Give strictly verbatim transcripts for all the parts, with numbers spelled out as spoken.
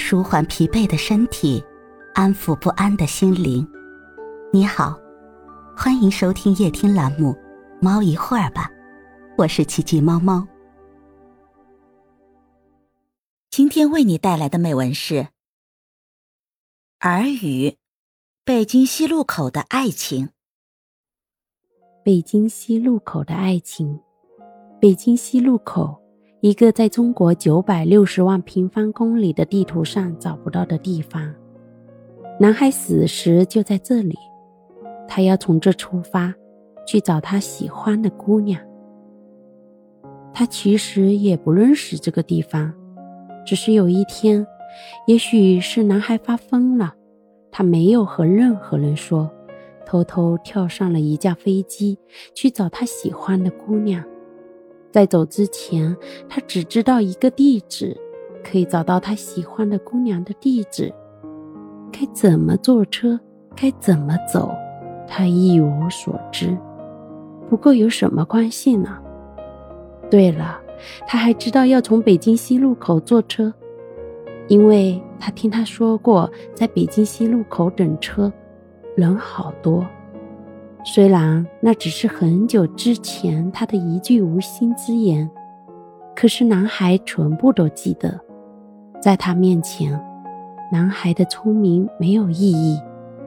舒缓疲惫的身体，安抚不安的心灵。你好，欢迎收听夜听栏目《猫一会儿吧》，我是奇迹猫猫。今天为你带来的美文是耳语，北京西路口的爱情。 北京西路口的爱情。北京西路口，一个在中国九百六十万平方公里的地图上找不到的地方。男孩死时就在这里，他要从这出发，去找他喜欢的姑娘。他其实也不认识这个地方，只是有一天，也许是男孩发疯了，他没有和任何人说，偷偷跳上了一架飞机，去找他喜欢的姑娘。在走之前，他只知道一个地址，可以找到他喜欢的姑娘的地址。该怎么坐车，该怎么走，他一无所知。不过有什么关系呢？对了，他还知道要从北京西路口坐车，因为他听他说过，在北京西路口等车，人好多。虽然那只是很久之前他的一句无心之言，可是男孩全部都记得。在他面前，男孩的聪明没有意义。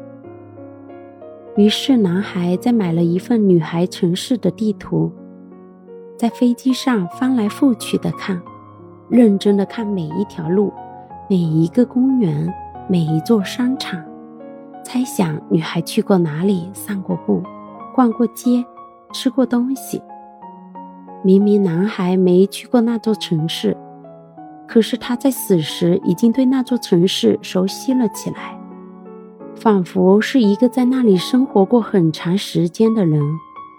于是男孩再买了一份女孩城市的地图，在飞机上翻来覆去的看，认真的看每一条路，每一个公园，每一座商场，猜想女孩去过哪里，散过步，逛过街，吃过东西。明明男孩没去过那座城市，可是他在死时已经对那座城市熟悉了起来，仿佛是一个在那里生活过很长时间的人。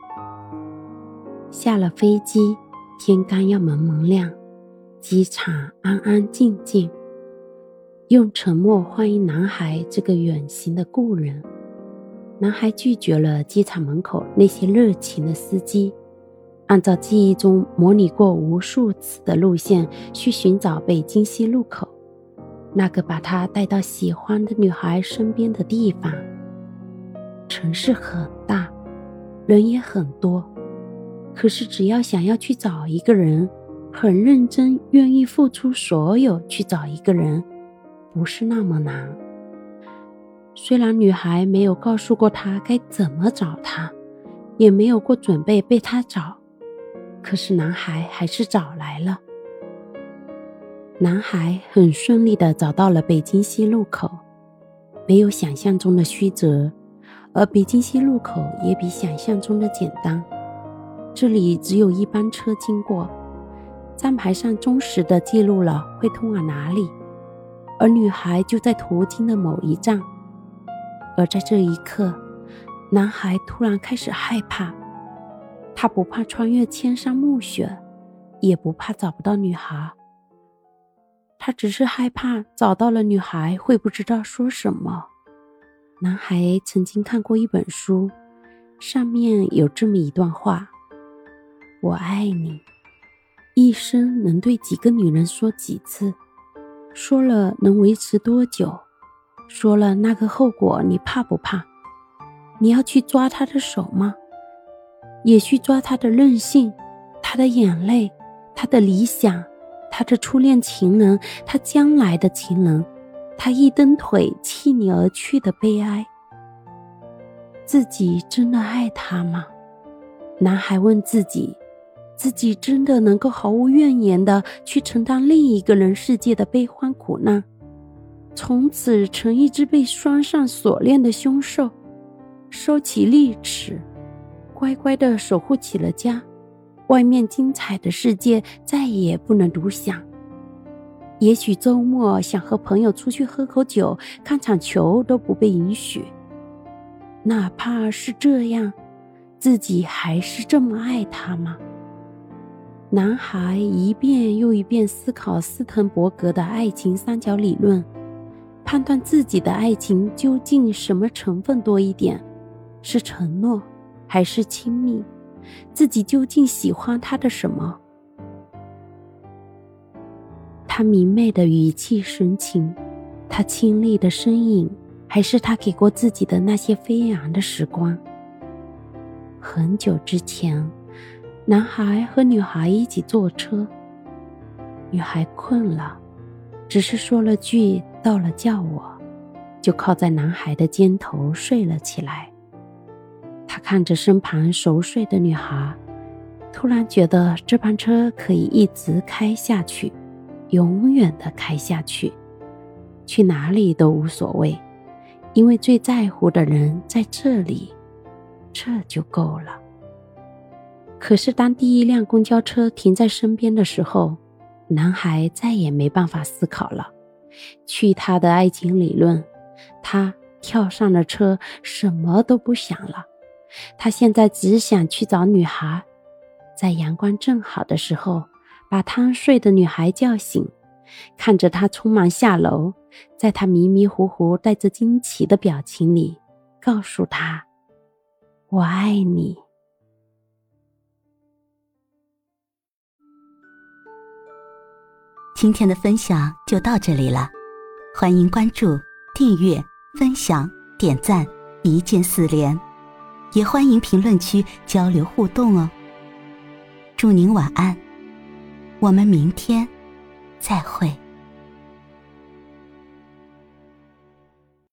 下了飞机，天刚要蒙蒙亮，机场安安静静，用沉默欢迎男孩这个远行的故人。男孩拒绝了机场门口那些热情的司机，按照记忆中模拟过无数次的路线去寻找北京西路口，那个把他带到喜欢的女孩身边的地方。城市很大，人也很多，可是只要想要去找一个人，很认真愿意付出所有去找一个人，不是那么难。虽然女孩没有告诉过他该怎么找他，也没有过准备被他找，可是男孩还是找来了。男孩很顺利地找到了北京西路口，没有想象中的曲折，而北京西路口也比想象中的简单。这里只有一班车经过，站牌上忠实地记录了会通往哪里，而女孩就在途经的某一站。而在这一刻，男孩突然开始害怕，他不怕穿越千山暮雪，也不怕找不到女孩，他只是害怕找到了女孩会不知道说什么。男孩曾经看过一本书，上面有这么一段话：我爱你，一生能对几个女人说几次？说了能维持多久？说了那个后果你怕不怕？你要去抓她的手吗？也去抓她的任性，她的眼泪，她的理想，她的初恋情人，她将来的情人，她一蹬腿弃你而去的悲哀。自己真的爱她吗？男孩问自己，自己真的能够毫无怨言地去承担另一个人世界的悲欢苦难，从此成一只被拴上锁链的凶兽，收起利齿，乖乖地守护起了家，外面精彩的世界再也不能独享。也许周末想和朋友出去喝口酒，看场球都不被允许。哪怕是这样，自己还是这么爱他吗？男孩一遍又一遍思考斯滕伯格的爱情三角理论，判断自己的爱情究竟什么成分多一点，是承诺还是亲密？自己究竟喜欢他的什么？他明媚的语气神情他亲历的身影，还是他给过自己的那些飞扬的时光。很久之前，男孩和女孩一起坐车，女孩困了，只是说了句到了叫我，就靠在男孩的肩头睡了起来。他看着身旁熟睡的女孩，突然觉得这班车可以一直开下去，永远的开下去，去哪里都无所谓，因为最在乎的人在这里，这就够了。可是当第一辆公交车停在身边的时候，男孩再也没办法思考了。去他的爱情理论，他跳上了车，什么都不想了。他现在只想去找女孩，在阳光正好的时候，把贪睡的女孩叫醒，看着她匆忙下楼，在她迷迷糊糊带着惊奇的表情里，告诉她：我爱你。 今天的分享就到这里了，欢迎关注、订阅、分享、点赞，一键四连，也欢迎评论区交流互动哦。祝您晚安，我们明天再会。